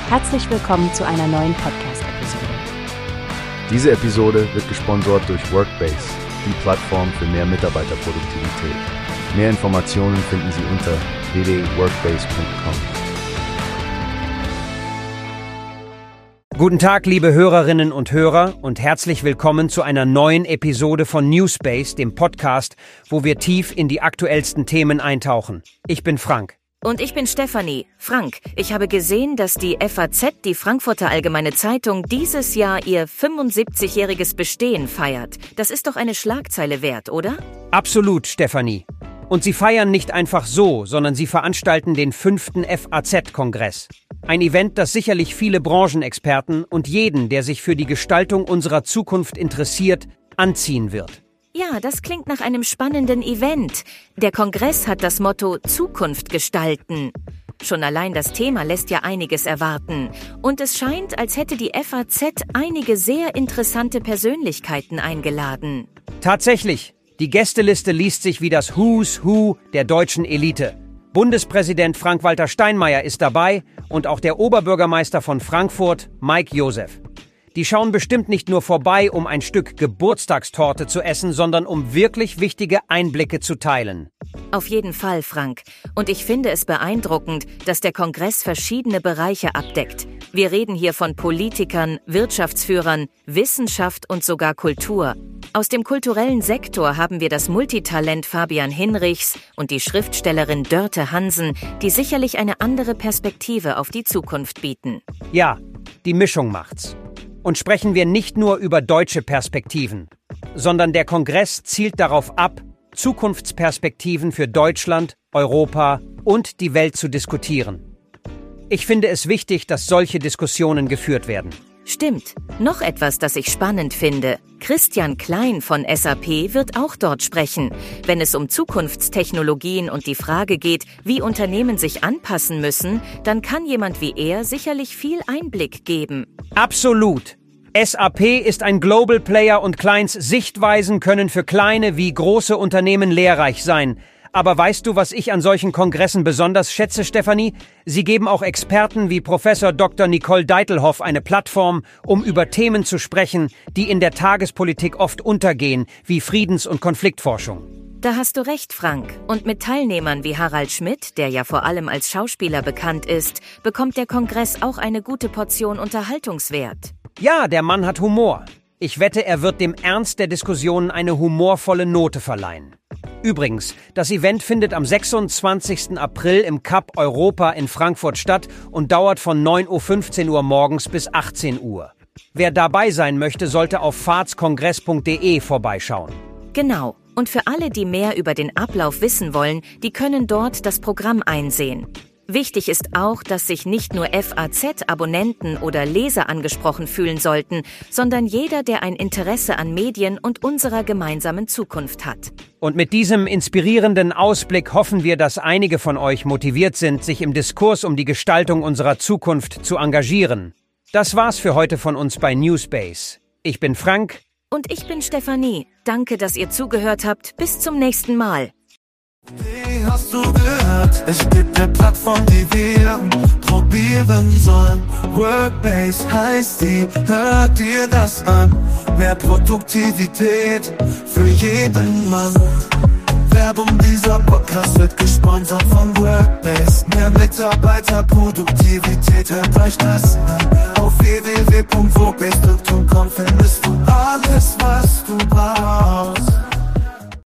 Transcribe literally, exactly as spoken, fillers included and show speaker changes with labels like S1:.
S1: Herzlich willkommen zu einer neuen Podcast-Episode.
S2: Diese Episode wird gesponsert durch Workbase, die Plattform für mehr Mitarbeiterproduktivität. Mehr Informationen finden Sie unter w w w punkt workbase punkt com.
S3: Guten Tag, liebe Hörerinnen und Hörer, und herzlich willkommen zu einer neuen Episode von Newspace, dem Podcast, wo wir tief in die aktuellsten Themen eintauchen. Ich bin Frank.
S4: Und ich bin Stefanie. Frank, ich habe gesehen, dass die F A Z, die Frankfurter Allgemeine Zeitung, dieses Jahr ihr fünfundsiebzigjähriges Bestehen feiert. Das ist doch eine Schlagzeile wert, oder?
S3: Absolut, Stefanie. Und sie feiern nicht einfach so, sondern sie veranstalten den fünften F A Z-Kongress. Ein Event, das sicherlich viele Branchenexperten und jeden, der sich für die Gestaltung unserer Zukunft interessiert, anziehen wird.
S4: Ja, das klingt nach einem spannenden Event. Der Kongress hat das Motto Zukunft gestalten. Schon allein das Thema lässt ja einiges erwarten. Und es scheint, als hätte die F A Z einige sehr interessante Persönlichkeiten eingeladen.
S3: Tatsächlich, die Gästeliste liest sich wie das Who's Who der deutschen Elite. Bundespräsident Frank-Walter Steinmeier ist dabei und auch der Oberbürgermeister von Frankfurt, Mike Joseph. Die schauen bestimmt nicht nur vorbei, um ein Stück Geburtstagstorte zu essen, sondern um wirklich wichtige Einblicke zu teilen.
S4: Auf jeden Fall, Frank. Und ich finde es beeindruckend, dass der Kongress verschiedene Bereiche abdeckt. Wir reden hier von Politikern, Wirtschaftsführern, Wissenschaft und sogar Kultur. Aus dem kulturellen Sektor haben wir das Multitalent Fabian Hinrichs und die Schriftstellerin Dörte Hansen, die sicherlich eine andere Perspektive auf die Zukunft bieten.
S3: Ja, die Mischung macht's. Und sprechen wir nicht nur über deutsche Perspektiven, sondern der Kongress zielt darauf ab, Zukunftsperspektiven für Deutschland, Europa und die Welt zu diskutieren. Ich finde es wichtig, dass solche Diskussionen geführt werden.
S4: Stimmt. Noch etwas, das ich spannend finde. Christian Klein von S A P wird auch dort sprechen, wenn es um Zukunftstechnologien und die Frage geht, wie Unternehmen sich anpassen müssen, dann kann jemand wie er sicherlich viel Einblick geben.
S3: Absolut. S A P ist ein Global Player und Kleins Sichtweisen können für kleine wie große Unternehmen lehrreich sein. Aber weißt du, was ich an solchen Kongressen besonders schätze, Stefanie? Sie geben auch Experten wie Professor Doktor Nicole Deitelhoff eine Plattform, um über Themen zu sprechen, die in der Tagespolitik oft untergehen, wie Friedens- und Konfliktforschung.
S4: Da hast du recht, Frank. Und mit Teilnehmern wie Harald Schmidt, der ja vor allem als Schauspieler bekannt ist, bekommt der Kongress auch eine gute Portion Unterhaltungswert.
S3: Ja, der Mann hat Humor. Ich wette, er wird dem Ernst der Diskussionen eine humorvolle Note verleihen. Übrigens, das Event findet am sechsundzwanzigsten April im Cup Europa in Frankfurt statt und dauert von neun Uhr fünfzehn Uhr morgens bis achtzehn Uhr. Wer dabei sein möchte, sollte auf fahrzkongress punkt de vorbeischauen.
S4: Genau. Und für alle, die mehr über den Ablauf wissen wollen, die können dort das Programm einsehen. Wichtig ist auch, dass sich nicht nur F A Z-Abonnenten oder Leser angesprochen fühlen sollten, sondern jeder, der ein Interesse an Medien und unserer gemeinsamen Zukunft hat.
S3: Und mit diesem inspirierenden Ausblick hoffen wir, dass einige von euch motiviert sind, sich im Diskurs um die Gestaltung unserer Zukunft zu engagieren. Das war's für heute von uns bei Newspace. Ich bin Frank.
S4: Und ich bin Stefanie. Danke, dass ihr zugehört habt. Bis zum nächsten Mal.
S5: Wie hast du gehört? Es gibt eine Plattform, die wir probieren sollen. Workbase heißt die, hört dir das an. Mehr Produktivität für jeden Mann. Werbung, dieser Podcast wird gesponsert von Workbase. Mehr Mitarbeiterproduktivität, hört euch das an. Auf w w w punkt workbase punkt com findest du alles, was du brauchst.